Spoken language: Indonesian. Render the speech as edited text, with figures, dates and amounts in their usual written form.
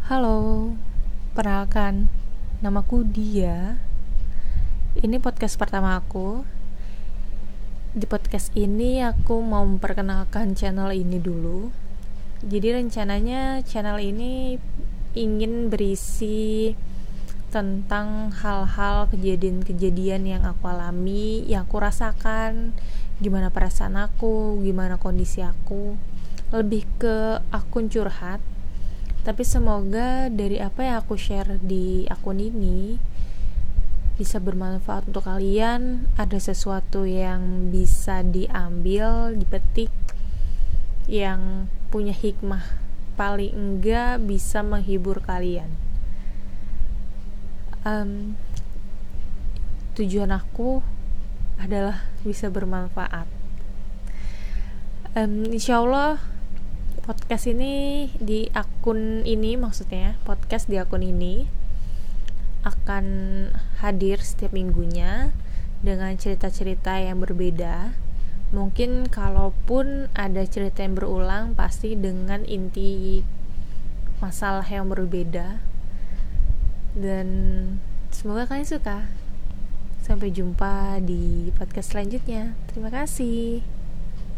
Halo, perkenalkan, namaku Dia. Ini podcast pertama aku. Di podcast ini aku mau memperkenalkan channel ini dulu. Jadi rencananya channel ini ingin berisi tentang hal-hal kejadian-kejadian yang aku alami, yang aku rasakan, gimana perasaan aku, gimana kondisi aku. Lebih ke akun curhat. Tapi semoga dari apa yang aku share di akun ini bisa bermanfaat untuk kalian. Ada sesuatu yang bisa diambil, dipetik, yang punya hikmah, paling enggak bisa menghibur kalian. Tujuan aku adalah bisa bermanfaat. Insyaallah podcast ini di akun ini, maksudnya podcast di akun ini akan hadir setiap minggunya dengan cerita-cerita yang berbeda. Mungkin kalaupun ada cerita yang berulang, pasti dengan inti masalah yang berbeda. Dan semoga kalian suka. Sampai jumpa di podcast selanjutnya. Terima kasih.